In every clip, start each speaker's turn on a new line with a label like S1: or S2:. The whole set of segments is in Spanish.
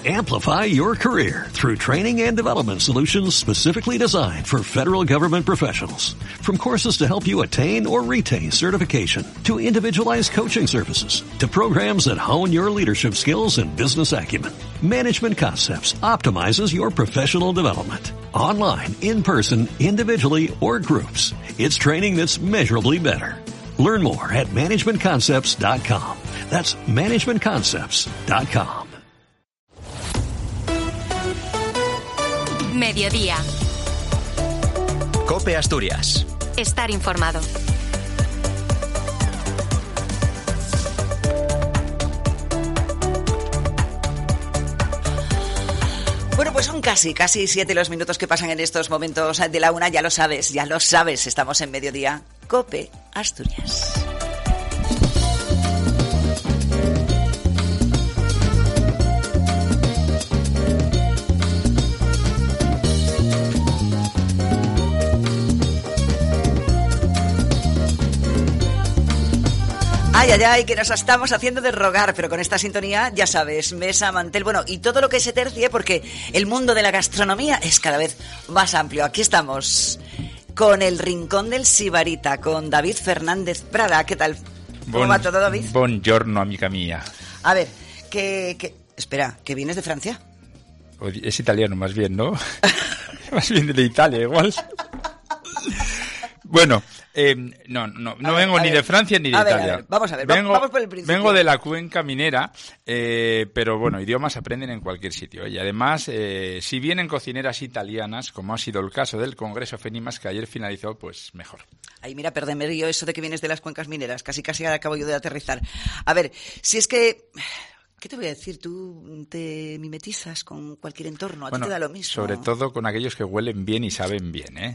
S1: Amplify your career through training and development solutions specifically designed for federal government professionals. From courses to help you attain or retain certification, to individualized coaching services, to programs that hone your leadership skills and business acumen, Management Concepts optimizes your professional development. Online, in person, individually, or groups, it's training that's measurably better. Learn more at managementconcepts.com. That's managementconcepts.com.
S2: Mediodía.
S3: COPE Asturias.
S2: Estar informado.
S4: Bueno, pues son casi 7 los minutos que pasan en estos momentos de la una. Ya lo sabes, estamos en Mediodía. COPE Asturias. Ay, que nos estamos haciendo de rogar, pero con esta sintonía, ya sabes, mesa, mantel, bueno, y todo lo que se tercie, porque el mundo de la gastronomía es cada vez más amplio. Aquí estamos con el Rincón del Sibarita, con David Fernández Prada. ¿Qué tal? ¿Cómo va todo, David?
S5: Buongiorno, amiga mía.
S4: A ver, espera, ¿que vienes de Francia?
S5: Es italiano, más bien, ¿no? Más bien de Italia, igual. Bueno, no vengo ni de Francia ni de Italia.
S4: Vamos a ver, vamos por el principio.
S5: Vengo de la cuenca minera, pero bueno, idiomas aprenden en cualquier sitio. Y además, si vienen cocineras italianas, como ha sido el caso del Congreso Fenimas, que ayer finalizó, pues mejor.
S4: Ay, mira, perdónme yo eso de que vienes de las cuencas mineras. Casi acabo yo de aterrizar. A ver, si es que... ¿Qué te voy a decir? Tú te mimetizas con cualquier entorno, ti te da lo mismo.
S5: Sobre todo con aquellos que huelen bien y saben bien, ¿eh?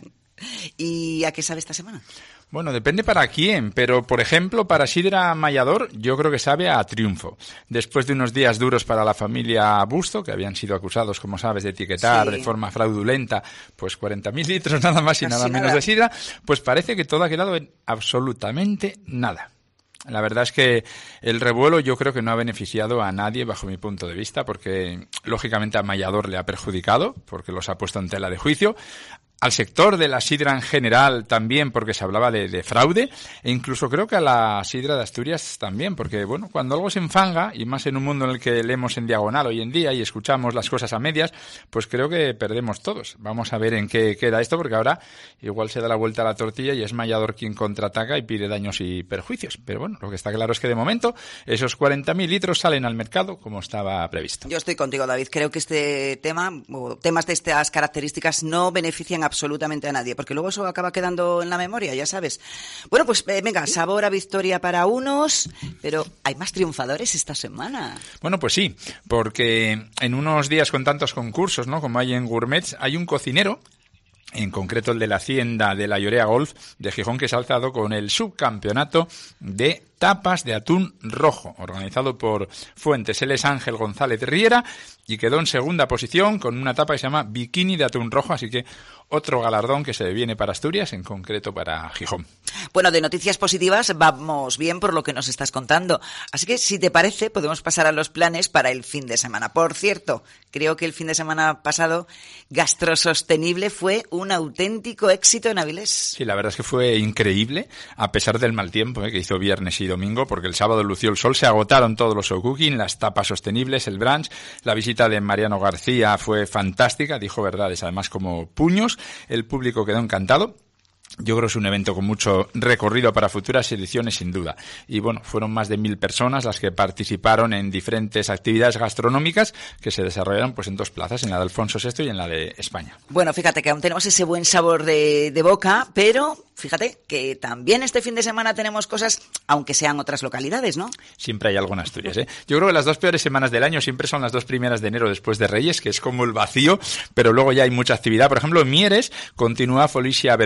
S4: ¿Y a qué sabe esta semana?
S5: Bueno, depende para quién, pero por ejemplo para Sidra Mallador yo creo que sabe a triunfo. Después de unos días duros para la familia Busto, que habían sido acusados, como sabes, de etiquetar de forma fraudulenta pues 40.000 litros nada más y nada menos de sidra, pues parece que todo ha quedado en absolutamente nada. La verdad es que el revuelo yo creo que no ha beneficiado a nadie bajo mi punto de vista, porque lógicamente a Mallador le ha perjudicado, porque los ha puesto en tela de juicio. Al sector de la sidra en general también, porque se hablaba de fraude, e incluso creo que a la sidra de Asturias también, porque bueno, cuando algo se enfanga, y más en un mundo en el que leemos en diagonal hoy en día y escuchamos las cosas a medias, pues creo que perdemos todos. Vamos a ver en qué queda esto, porque ahora igual se da la vuelta a la tortilla y es Mallador quien contraataca y pide daños y perjuicios. Pero bueno, lo que está claro es que de momento esos 40.000 litros salen al mercado como estaba previsto.
S4: Yo estoy contigo, David. Creo que este tema, o temas de estas características, no benefician absolutamente a nadie, porque luego eso acaba quedando en la memoria, ya sabes. Bueno, pues venga, sabor a victoria para unos, pero hay más triunfadores esta semana.
S5: Bueno, pues sí, porque en unos días con tantos concursos, ¿no?, como hay en Gourmets, hay un cocinero, en concreto el de la Hacienda de la Llorea Golf de Gijón, que se ha alzado con el subcampeonato de tapas de atún rojo, organizado por Fuentes. Él es Ángel González Riera y quedó en segunda posición con una tapa que se llama Bikini de atún rojo, así que otro galardón que se viene para Asturias, en concreto para Gijón.
S4: Bueno, de noticias positivas vamos bien por lo que nos estás contando. Así que, si te parece, podemos pasar a los planes para el fin de semana. Por cierto, creo que el fin de semana pasado Gastrosostenible fue un auténtico éxito en Avilés.
S5: Sí, la verdad es que fue increíble, a pesar del mal tiempo que hizo viernes y domingo, porque el sábado lució el sol, se agotaron todos los cooking, las tapas sostenibles, el brunch, la visita de Mariano García fue fantástica, dijo verdades además como puños, el público quedó encantado. Yo creo que es un evento con mucho recorrido para futuras ediciones, sin duda. Y bueno, fueron más de 1.000 personas las que participaron en diferentes actividades gastronómicas que se desarrollaron pues en dos plazas, en la de Alfonso VI y en la de España.
S4: Bueno, fíjate que aún tenemos ese buen sabor de boca, pero fíjate que también este fin de semana tenemos cosas, aunque sean otras localidades, ¿no?
S5: Siempre hay algo en Asturias, ¿eh? Yo creo que las dos peores semanas del año siempre son las 2 primeras de enero después de Reyes, que es como el vacío, pero luego ya hay mucha actividad. Por ejemplo, en Mieres continúa Folicia Bermú,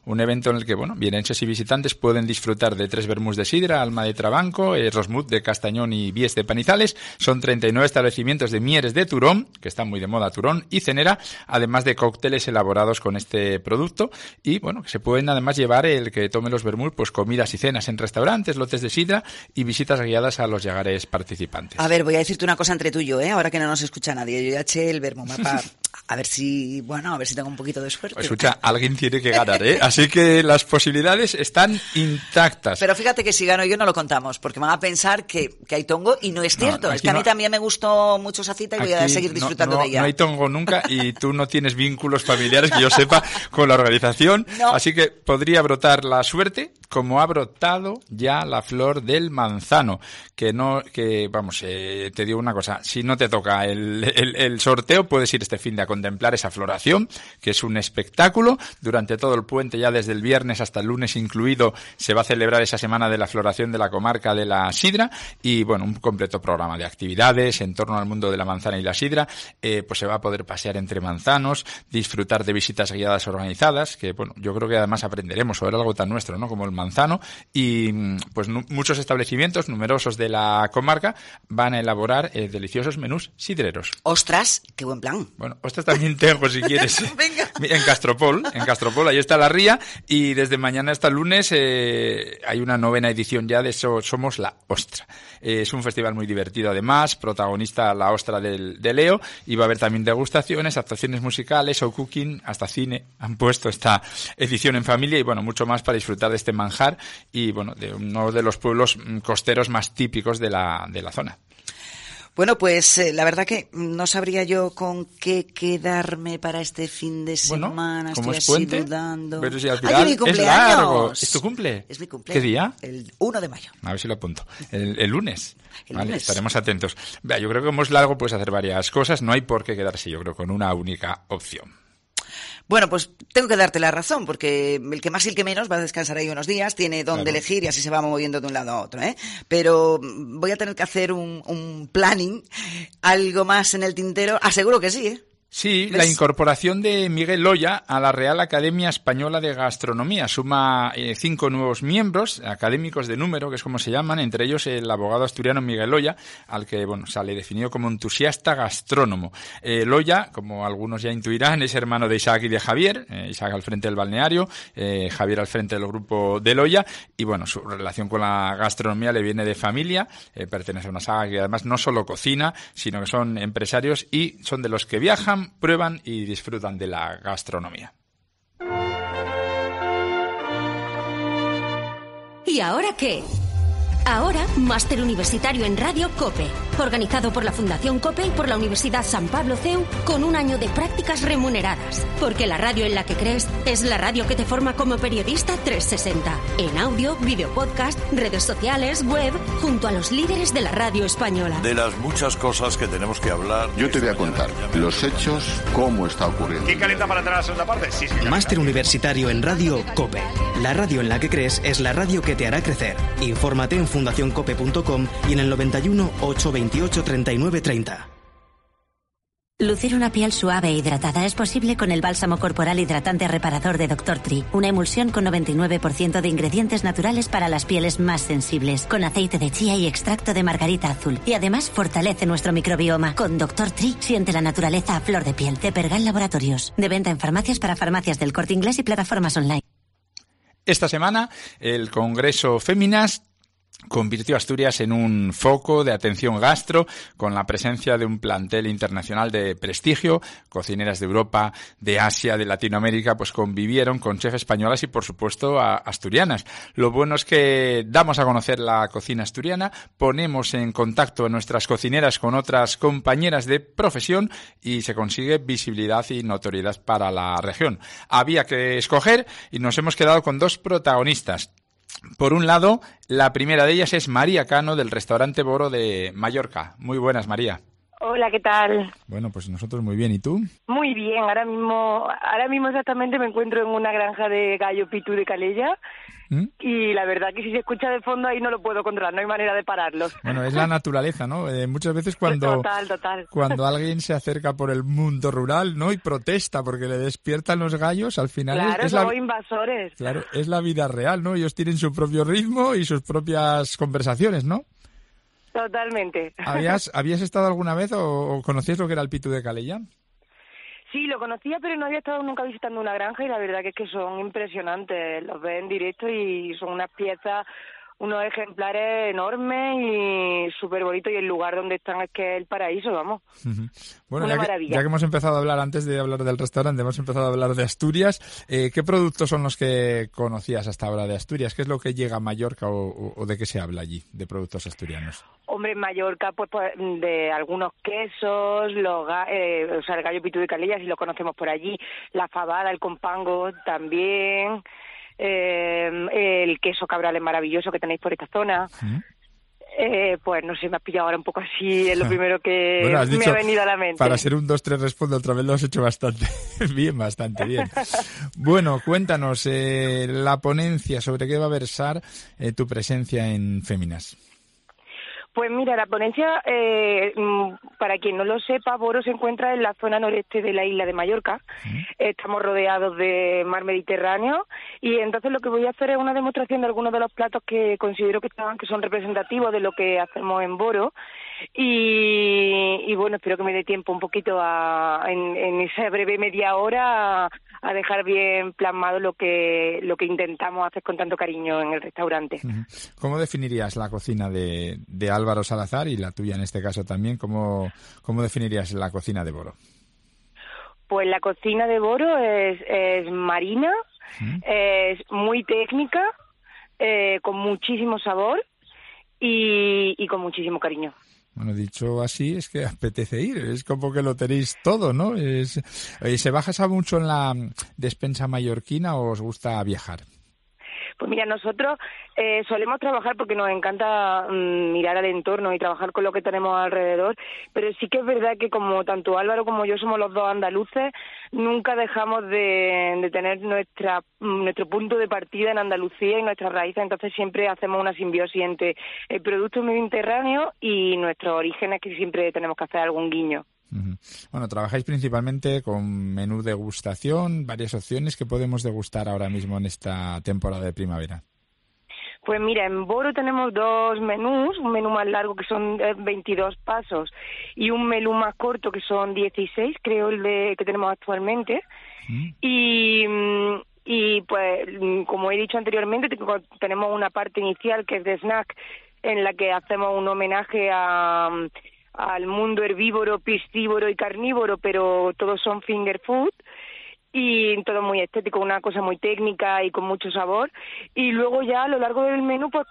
S5: un evento en el que, bueno, vienenses y visitantes pueden disfrutar de 3 vermuts de sidra, Alma de Trabanco, Rosmut de Castañón y Bies de Panizales. Son 39 establecimientos de Mieres de Turón, que está muy de moda Turón, y Cenera, además de cócteles elaborados con este producto. Y, bueno, que se pueden además llevar el que tome los vermuts, pues comidas y cenas en restaurantes, lotes de sidra y visitas guiadas a los llagares participantes.
S4: A ver, voy a decirte una cosa entre tú y yo, ahora que no nos escucha nadie. Yo ya eché el vermut mapa. A ver si tengo un poquito de suerte.
S5: Escucha, alguien tiene que ganar, ¿eh? Así que las posibilidades están intactas.
S4: Pero fíjate que si gano yo no lo contamos, porque van a pensar que hay tongo y no es cierto. Es que a mí también me gustó mucho esa cita y voy a seguir disfrutando de ella.
S5: No hay tongo nunca y tú no tienes vínculos familiares que yo sepa con la organización. No. Así que podría brotar la suerte, como ha brotado ya la flor del manzano. Te digo una cosa, si no te toca el sorteo, puedes ir este fin de a contemplar esa floración, que es un espectáculo. Durante todo el puente, ya desde el viernes hasta el lunes incluido, se va a celebrar esa semana de la floración de la comarca de la sidra y, bueno, un completo programa de actividades en torno al mundo de la manzana y la sidra. Pues se va a poder pasear entre manzanos, disfrutar de visitas guiadas organizadas, que, bueno, yo creo que además aprenderemos sobre algo tan nuestro, ¿no?, como el manzano, y pues muchos establecimientos numerosos de la comarca van a elaborar deliciosos menús sidreros.
S4: ¡Ostras! ¡Qué buen plan!
S5: Bueno, ostras también tengo, si quieres.
S4: Venga.
S5: En Castropol, ahí está la ría, y desde mañana hasta el lunes hay una 9ª edición ya de Somos la Ostra. Es un festival muy divertido además, protagonista la Ostra de Leo, y va a haber también degustaciones, actuaciones musicales, show cooking, hasta cine. Han puesto esta edición en familia y, bueno, mucho más para disfrutar de este manjar y, bueno, de uno de los pueblos costeros más típicos de la zona.
S4: Bueno, pues la verdad que no sabría yo con qué quedarme para este fin de semana.
S5: Como
S4: estoy
S5: es puente,
S4: así dudando.
S5: Pero si al final
S4: mi cumpleaños.
S5: es largo. ¿Es tu cumple?
S4: Es mi cumpleaños.
S5: ¿Qué día?
S4: El 1 de mayo.
S5: A ver si lo apunto. El lunes. Vale,
S4: lunes.
S5: Estaremos atentos. Yo creo que como es largo puedes hacer varias cosas. No hay por qué quedarse, yo creo, con una única opción.
S4: Bueno, pues tengo que darte la razón, porque el que más y el que menos va a descansar ahí unos días, tiene dónde elegir y así se va moviendo de un lado a otro, ¿eh? Pero voy a tener que hacer un planning, algo más en el tintero, aseguro que sí, ¿eh?
S5: Sí, la incorporación de Miguel Loya a la Real Academia Española de Gastronomía suma 5 nuevos miembros, académicos de número, que es como se llaman, entre ellos el abogado asturiano Miguel Loya, al que, bueno, se le definió como entusiasta gastrónomo. Loya, como algunos ya intuirán, es hermano de Isaac y de Javier, Isaac al frente del balneario, Javier al frente del grupo de Loya, y, bueno, su relación con la gastronomía le viene de familia, pertenece a una saga que además no solo cocina, sino que son empresarios y son de los que viajan, prueban y disfrutan de la gastronomía.
S2: ¿Y ahora qué? Ahora, Máster Universitario en Radio COPE, organizado por la Fundación COPE y por la Universidad San Pablo CEU, con un año de prácticas remuneradas. Porque la radio en la que crees es la radio que te forma como periodista 360. En audio, videopodcast, redes sociales, web, junto a los líderes de la radio española.
S3: De las muchas cosas que tenemos que hablar.
S6: Yo te voy a contar los hechos, cómo está ocurriendo.
S7: ¿Quién calienta para entrar a la segunda parte? Sí.
S8: Máster Universitario en Radio COPE. La radio en la que crees es la radio que te hará crecer. Infórmate en fundacioncope.com y en el 91 828 39 30.
S9: Lucir una piel suave e hidratada es posible con el bálsamo corporal hidratante reparador de Dr. Tree, una emulsión con 99% de ingredientes naturales para las pieles más sensibles, con aceite de chía y extracto de margarita azul, y además fortalece nuestro microbioma. Con Dr. Tree siente la naturaleza a flor de piel. De Pergal Laboratorios, de venta en farmacias para farmacias del Corte Inglés y plataformas online.
S5: Esta semana el Congreso Féminas convirtió a Asturias en un foco de atención gastro, con la presencia de un plantel internacional de prestigio. Cocineras de Europa, de Asia, de Latinoamérica, pues convivieron con chefs españolas y, por supuesto, asturianas. Lo bueno es que damos a conocer la cocina asturiana, ponemos en contacto a nuestras cocineras con otras compañeras de profesión y se consigue visibilidad y notoriedad para la región. Había que escoger y nos hemos quedado con 2 protagonistas. Por un lado, la primera de ellas es María Cano, del restaurante Boro de Mallorca. Muy buenas, María.
S7: Hola, ¿qué tal?
S5: Bueno, pues nosotros muy bien, ¿y tú?
S7: Muy bien, ahora mismo exactamente me encuentro en una granja de gallo pitú de Calella. Y la verdad que si se escucha de fondo ahí no lo puedo controlar, no hay manera de pararlos.
S5: Bueno, es la naturaleza, ¿no? Muchas veces cuando alguien se acerca por el mundo rural, ¿no? Y protesta porque le despiertan los gallos, al final
S7: claro, son invasores.
S5: Claro, es la vida real, ¿no? Ellos tienen su propio ritmo y sus propias conversaciones, ¿no?
S7: Totalmente.
S5: ¿Habías estado alguna vez o conocías lo que era el pitú de Calella?
S7: Sí, lo conocía, pero no había estado nunca visitando una granja y la verdad que es que son impresionantes. Los ves en directo y son unas piezas, unos ejemplares enormes y súper bonitos, y el lugar donde están es que es el paraíso, vamos.
S5: Uh-huh. Bueno,
S7: una maravilla.
S5: Ya que hemos empezado a hablar, antes de hablar del restaurante, hemos empezado a hablar de Asturias. ¿Qué productos son los que conocías hasta ahora de Asturias? ¿Qué es lo que llega a Mallorca o de qué se habla allí, de productos asturianos?
S7: Hombre, en Mallorca, pues de algunos quesos, el gallo pitú de Calella, si lo conocemos por allí, la fabada, el compango también, el queso cabral es maravilloso que tenéis por esta zona. Pues no sé, me has pillado ahora un poco así, es lo primero que bueno, me ha venido a la mente.
S5: Para ser un 2-3 respondo otra vez, lo has hecho bastante bien. Bueno, cuéntanos la ponencia, sobre qué va a versar tu presencia en Féminas.
S7: Pues mira, la ponencia, para quien no lo sepa, Boro se encuentra en la zona noreste de la isla de Mallorca. Estamos rodeados de mar Mediterráneo y entonces lo que voy a hacer es una demostración de algunos de los platos que considero que son representativos de lo que hacemos en Boro. Y bueno, espero que me dé tiempo un poquito en esa breve media hora a dejar bien plasmado lo que intentamos hacer con tanto cariño en el restaurante.
S5: ¿Cómo definirías la cocina de Álvaro Salazar y la tuya en este caso también? ¿Cómo definirías la cocina de Boro?
S7: Pues la cocina de Boro es marina, es muy técnica, con muchísimo sabor y con muchísimo cariño.
S5: Bueno, dicho así, es que apetece ir, es como que lo tenéis todo, ¿no? ¿Se baja mucho en la despensa mallorquina o os gusta viajar?
S7: Pues mira, nosotros solemos trabajar porque nos encanta mirar al entorno y trabajar con lo que tenemos alrededor, pero sí que es verdad que como tanto Álvaro como yo somos los dos andaluces, nunca dejamos de tener nuestro punto de partida en Andalucía y nuestras raíces, entonces siempre hacemos una simbiosis entre el producto mediterráneo y nuestros orígenes, que siempre tenemos que hacer algún guiño.
S5: Bueno, trabajáis principalmente con menú degustación, varias opciones que podemos degustar ahora mismo en esta temporada de primavera.
S7: Pues mira, en Boro tenemos dos menús, un menú más largo que son 22 pasos y un menú más corto que son 16, creo que tenemos actualmente. Y pues, como he dicho anteriormente, tenemos una parte inicial que es de snack, en la que hacemos un homenaje al mundo herbívoro, piscívoro y carnívoro, pero todos son finger food y todo muy estético, una cosa muy técnica y con mucho sabor. Y luego ya a lo largo del menú pues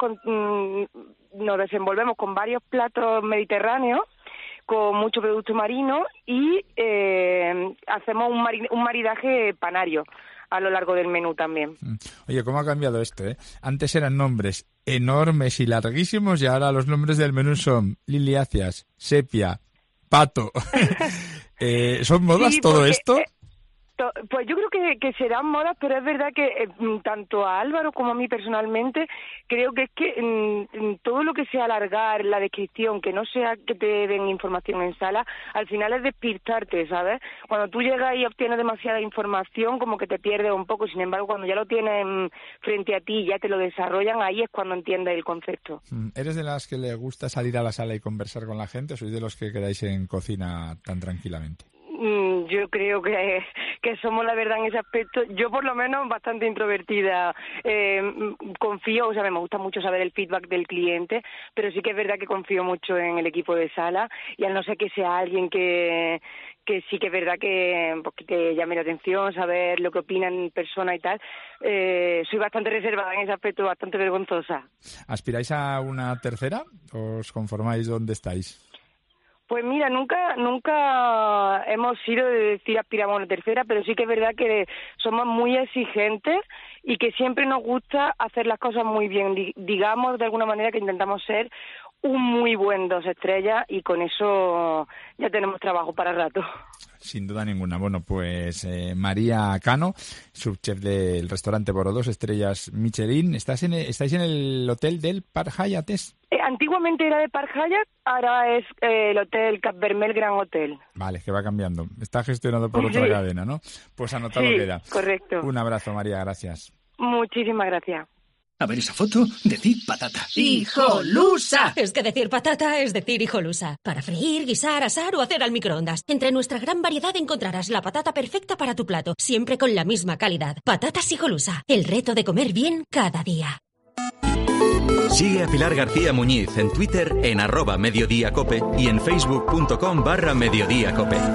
S7: nos desenvolvemos con varios platos mediterráneos, con mucho producto marino y hacemos un maridaje panario a lo largo del menú también.
S5: Oye, ¿cómo ha cambiado esto, Antes eran nombres enormes y larguísimos y ahora los nombres del menú son liliáceas, sepia, pato. ¿Son modas todo esto?
S7: Pues yo creo que serán modas, pero es verdad que tanto a Álvaro como a mí personalmente creo que es que todo lo que sea alargar la descripción, que no sea que te den información en sala, al final es despistarte, ¿sabes? Cuando tú llegas y obtienes demasiada información, como que te pierdes un poco. Sin embargo, cuando ya lo tienen frente a ti y ya te lo desarrollan, ahí es cuando entiendes el concepto.
S5: ¿Eres de las que le gusta salir a la sala y conversar con la gente o sois de los que quedáis en cocina tan tranquilamente?
S7: Yo creo que somos, la verdad, en ese aspecto. Yo, por lo menos, bastante introvertida. Confío, me gusta mucho saber el feedback del cliente, pero sí que es verdad que confío mucho en el equipo de sala y al no ser que sea alguien que sí que es verdad que te llame la atención, saber lo que opinan en persona y tal, soy bastante reservada en ese aspecto, bastante vergonzosa.
S5: ¿Aspiráis a una tercera o os conformáis donde estáis?
S7: Pues mira, nunca hemos sido de decir aspiramos a una tercera, pero sí que es verdad que somos muy exigentes y que siempre nos gusta hacer las cosas muy bien. Digamos de alguna manera que intentamos ser un muy buen 2 estrellas y con eso ya tenemos trabajo para rato.
S5: Sin duda ninguna. Bueno, pues María Cano, subchef del restaurante Boro 2 estrellas Michelin. ¿Estáis en el hotel del Park Hyatt?
S7: Antiguamente era de Park Hyatt, ahora es el hotel Cap Vermel Gran Hotel.
S5: Vale, que va cambiando. Está gestionado por otra cadena, ¿no? Pues anotado queda.
S7: Correcto.
S5: Un abrazo, María, gracias.
S7: Muchísimas gracias.
S10: A ver esa foto, decid patata.
S2: ¡Hijolusa! Es que decir patata es decir hijolusa. Para freír, guisar, asar o hacer al microondas. Entre nuestra gran variedad encontrarás la patata perfecta para tu plato, siempre con la misma calidad. Patatas Hijolusa, el reto de comer bien cada día.
S11: Sigue a Pilar García Muñiz en Twitter en @mediodíacope y en facebook.com/mediodíacope.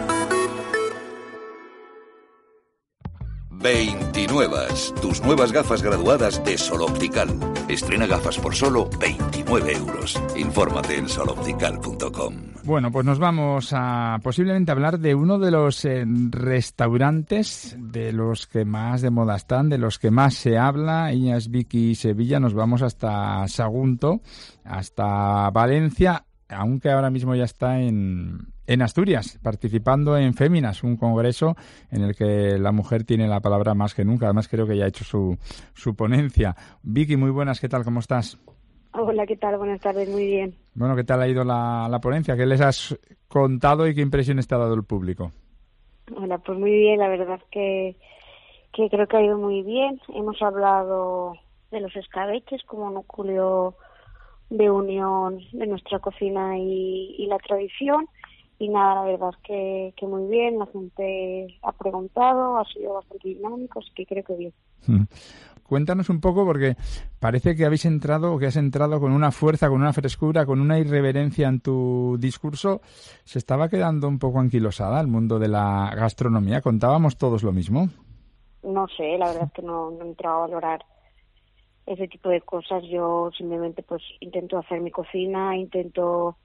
S3: 29. Tus nuevas gafas graduadas de Sol Optical. Estrena gafas por solo 29 euros. Infórmate en soloptical.com.
S5: Bueno, pues nos vamos a posiblemente hablar de uno de los restaurantes de los que más de moda están, de los que más se habla. Iñas, Vicky, Sevilla. Nos vamos hasta Sagunto, hasta Valencia, aunque ahora mismo ya está en Asturias, participando en Féminas, un congreso en el que la mujer tiene la palabra más que nunca. Además, creo que ya ha hecho su ponencia. Vicky, muy buenas, ¿qué tal? ¿Cómo estás?
S12: Hola, ¿qué tal? Buenas tardes, muy bien.
S5: Bueno, ¿qué tal ha ido la ponencia? ¿Qué les has contado y qué impresiones te ha dado el público?
S12: Hola, pues muy bien, la verdad es que creo que ha ido muy bien. Hemos hablado de los escabeches como núcleo de unión de nuestra cocina y la tradición. Y nada, la verdad es que muy bien, la gente ha preguntado, ha sido bastante dinámico, así que creo que bien.
S5: Cuéntanos un poco, porque parece que has entrado con una fuerza, con una frescura, con una irreverencia en tu discurso. ¿Se estaba quedando un poco anquilosada el mundo de la gastronomía? ¿Contábamos todos lo mismo?
S12: No sé, la verdad es que no he entrado a valorar ese tipo de cosas. Yo simplemente pues intento hacer mi cocina, intento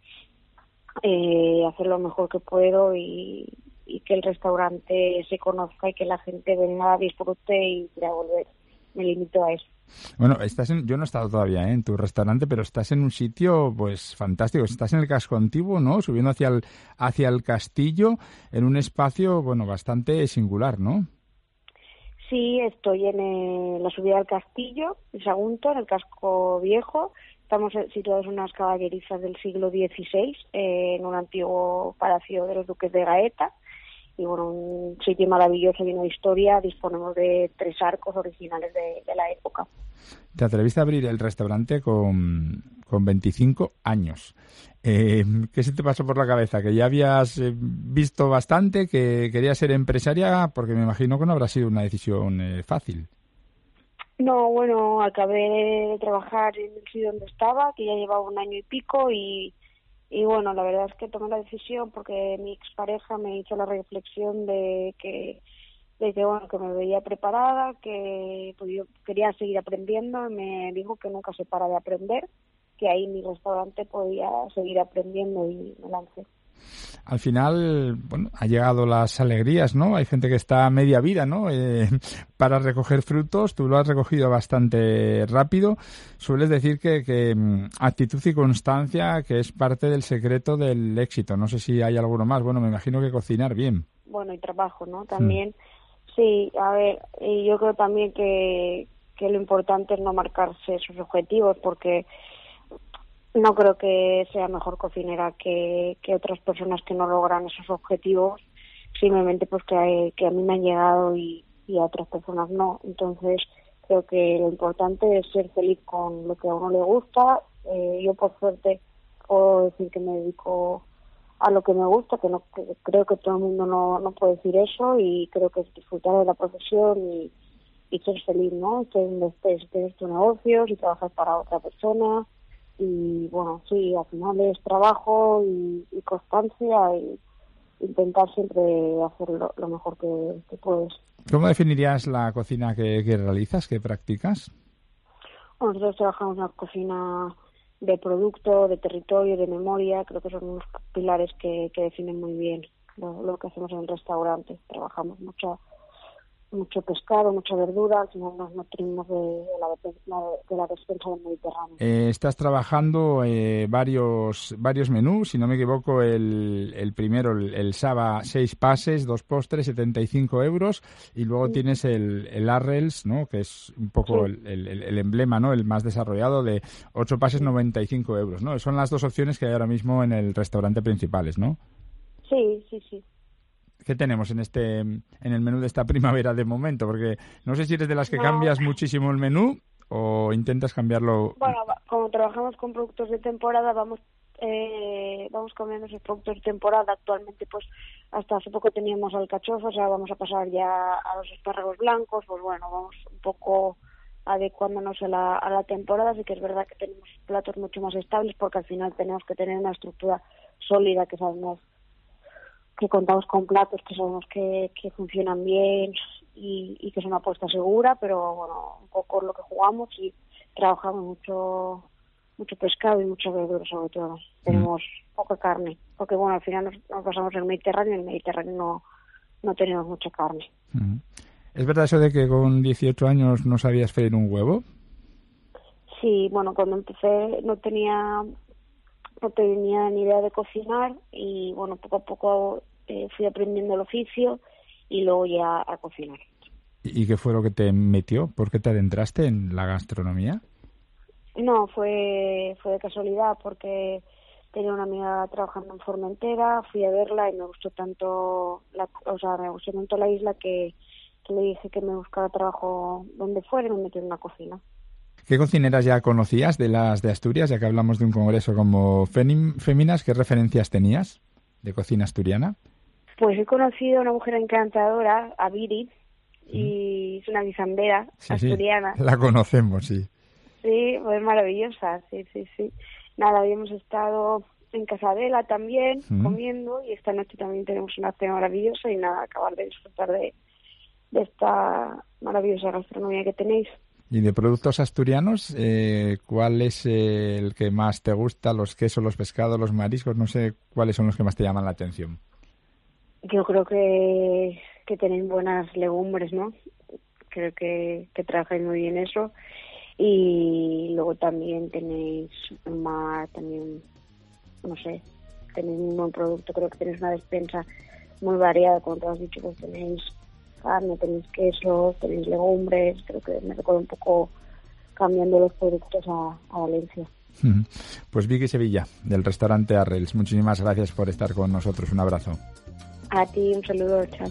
S12: hacer lo mejor que puedo y que el restaurante se conozca y que la gente venga, disfrute y quiera volver. Me limito a eso.
S5: Bueno, yo no he estado todavía en tu restaurante, pero estás en un sitio pues fantástico. Estás en el casco antiguo, ¿no? Subiendo hacia el castillo, en un espacio bueno bastante singular, ¿no?
S12: Sí, estoy en la subida al castillo de Sagunto, en el casco viejo. Estamos situados en unas caballerizas del siglo XVI, en un antiguo palacio de los duques de Gaeta. Y bueno, un sitio maravilloso, lleno de historia. Disponemos de 3 arcos originales de la época.
S5: Te atreviste a abrir el restaurante con 25 años. ¿Qué se te pasó por la cabeza? ¿Que ya habías visto bastante? ¿Que querías ser empresaria? Porque me imagino que no habrá sido una decisión fácil.
S12: No, bueno, acabé de trabajar en el sitio donde estaba, que ya llevaba 1 año y pico, y bueno, la verdad es que tomé la decisión porque mi expareja me hizo la reflexión de que bueno, que me veía preparada, que pues yo quería seguir aprendiendo, y me dijo que nunca se para de aprender, que ahí en mi restaurante podía seguir aprendiendo, y me lancé.
S5: Al final, bueno, ha llegado las alegrías, ¿no? Hay gente que está a media vida, ¿no? Para recoger frutos. Tú lo has recogido bastante rápido. Sueles decir que actitud y constancia, que es parte del secreto del éxito. No sé si hay alguno más. Bueno, me imagino que cocinar bien.
S12: Bueno, y trabajo, ¿no? También, sí, a ver, y yo creo también que lo importante es no marcarse esos objetivos, porque no creo que sea mejor cocinera que otras personas que no logran esos objetivos, simplemente pues que a mí me han llegado y a otras personas no. Entonces creo que lo importante es ser feliz con lo que a uno le gusta. Yo por suerte puedo decir que me dedico a lo que me gusta, que creo que todo el mundo no puede decir eso, y creo que es disfrutar de la profesión y ser feliz, ¿no? Estés donde estés, tienes tu negocio, si trabajas para otra persona. Y bueno, sí, al final es trabajo y constancia, y intentar siempre hacer lo mejor que puedes.
S5: ¿Cómo definirías la cocina que realizas, que practicas?
S12: Bueno, nosotros trabajamos en una cocina de producto, de territorio, de memoria. Creo que son unos pilares que definen muy bien lo que hacemos en el restaurante. Trabajamos mucho mucho pescado, mucha verdura, al final nos nutrimos de la despensa del Mediterráneo.
S5: Estás trabajando varios menús, si no me equivoco, el primero, el Saba, 6 pases, 2 postres, 75 euros, y luego tienes el Arrels, ¿no?, que es un poco el emblema, ¿no?, el más desarrollado, de 8 pases, 95 euros, ¿no? Son las dos opciones que hay ahora mismo en el restaurante principales, ¿no?
S12: Sí.
S5: ¿Qué tenemos en el menú de esta primavera de momento? Porque no sé si eres de las que cambias muchísimo el menú o intentas cambiarlo.
S12: Bueno, como trabajamos con productos de temporada, vamos cambiando esos productos de temporada. Actualmente, pues hasta hace poco teníamos alcachofas, ahora vamos a pasar ya a los espárragos blancos. Pues bueno, vamos un poco adecuándonos a la temporada. Sí que es verdad que tenemos platos mucho más estables, porque al final tenemos que tener una estructura sólida, que sabemos que contamos con platos que sabemos que funcionan bien y que es una apuesta segura, pero bueno, un poco lo que jugamos, y trabajamos mucho pescado y mucha verdura sobre todo. Tenemos poca carne, porque bueno, al final nos basamos en el Mediterráneo, y en el Mediterráneo no tenemos mucha carne.
S5: ¿Es verdad eso de que con 18 años no sabías freír un huevo?
S12: Sí, bueno, cuando empecé no tenía ni idea de cocinar, y bueno, poco a poco fui aprendiendo el oficio y luego ya a cocinar.
S5: ¿Y qué fue lo que te metió? ¿Por qué te adentraste en la gastronomía?
S12: No, fue de casualidad, porque tenía una amiga trabajando en Formentera, fui a verla y me gustó tanto la isla que le dije que me buscara trabajo donde fuera y me metí en una cocina.
S5: ¿Qué cocineras ya conocías de las de Asturias, ya que hablamos de un congreso como Féminas? ¿Qué referencias tenías de cocina asturiana?
S12: Pues he conocido a una mujer encantadora, a Viri, y es una guisandera asturiana.
S5: Sí, la conocemos, sí.
S12: Sí, pues maravillosa, sí. Nada, habíamos estado en Casadela también, comiendo, y esta noche también tenemos una cena maravillosa, y nada, acabar de disfrutar de esta maravillosa gastronomía que tenéis.
S5: Y de productos asturianos, ¿cuál es el que más te gusta? ¿Los quesos, los pescados, los mariscos? No sé cuáles son los que más te llaman la atención.
S12: Yo creo que tenéis buenas legumbres, ¿no? Creo que trabajáis muy bien eso. Y luego también tenéis un mar, también, no sé, tenéis un buen producto. Creo que tenéis una despensa muy variada, como te has dicho, pues tenéis carne, tenéis quesos, tenéis legumbres. Creo que me recuerdo un poco cambiando los productos a Valencia.
S5: Pues Vicky Sevilla, del restaurante Arrels, muchísimas gracias por estar con nosotros. Un abrazo.
S12: A ti, un saludo, chao.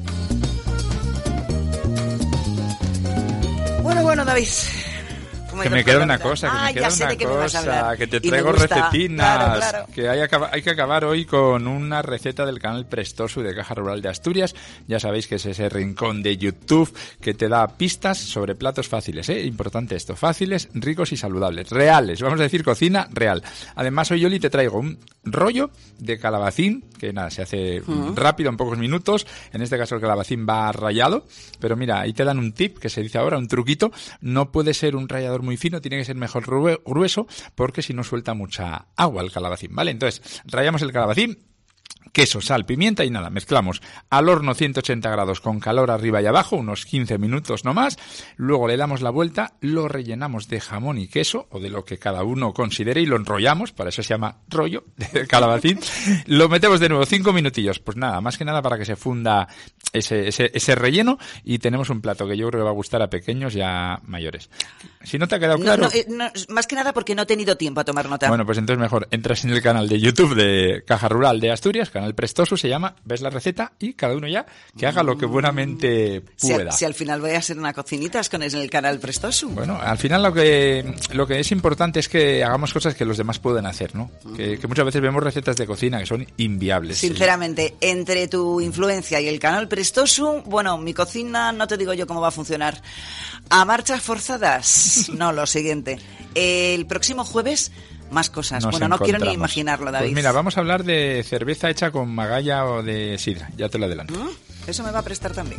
S4: Bueno, David.
S5: Que me queda una cosa, que te traigo recetinas, claro. Que hay que acabar hoy con una receta del canal Prestosu de Caja Rural de Asturias. Ya sabéis que es ese rincón de YouTube que te da pistas sobre platos fáciles, importante esto, fáciles, ricos y saludables, reales, vamos a decir cocina real. Además hoy, Oli, te traigo un rollo de calabacín, que nada, se hace rápido, en pocos minutos. En este caso el calabacín va rallado, pero mira, ahí te dan un tip, que se dice ahora, un truquito. No puede ser un rallador muy fino, tiene que ser mejor grueso, porque si no suelta mucha agua el calabacín, ¿vale? Entonces, rallamos el calabacín, queso, sal, pimienta y nada, mezclamos al horno 180 grados con calor arriba y abajo, unos 15 minutos no más. Luego le damos la vuelta, lo rellenamos de jamón y queso, o de lo que cada uno considere, y lo enrollamos, para eso se llama rollo de calabacín. Lo metemos de nuevo 5 minutillos, pues nada, más que nada para que se funda ese relleno, y tenemos un plato que yo creo que va a gustar a pequeños y a mayores. Si no te ha quedado claro...
S4: No, más que nada porque no he tenido tiempo a tomar nota.
S5: Bueno, pues entonces mejor entras en el canal de YouTube de Caja Rural de Asturias, canal Prestosu se llama, ves la receta y cada uno ya que haga lo que buenamente pueda.
S4: Si al final voy a hacer una cocinitas con el canal Prestosu.
S5: Bueno, al final lo que es importante es que hagamos cosas que los demás pueden hacer, ¿no? Que muchas veces vemos recetas de cocina que son inviables.
S4: Sinceramente, entre tu influencia y el canal Prestosu, bueno, mi cocina no te digo yo cómo va a funcionar. A marchas forzadas, no, lo siguiente. El próximo jueves... más cosas. No quiero ni imaginarlo, David.
S5: Pues mira, vamos a hablar de cerveza hecha con magalla o de sidra. Ya te lo adelanto.
S4: Eso me va a prestar también.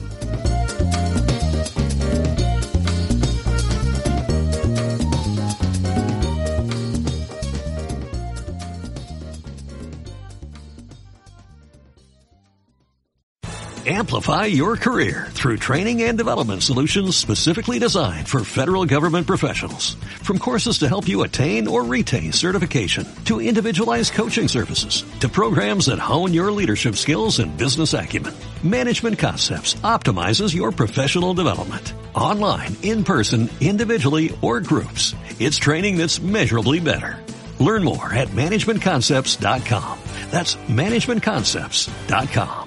S1: Amplify your career through training and development solutions specifically designed for federal government professionals. From courses to help you attain or retain certification, to individualized coaching services, to programs that hone your leadership skills and business acumen, Management Concepts optimizes your professional development. Online, in person, individually, or groups, it's training that's measurably better. Learn more at managementconcepts.com. That's managementconcepts.com.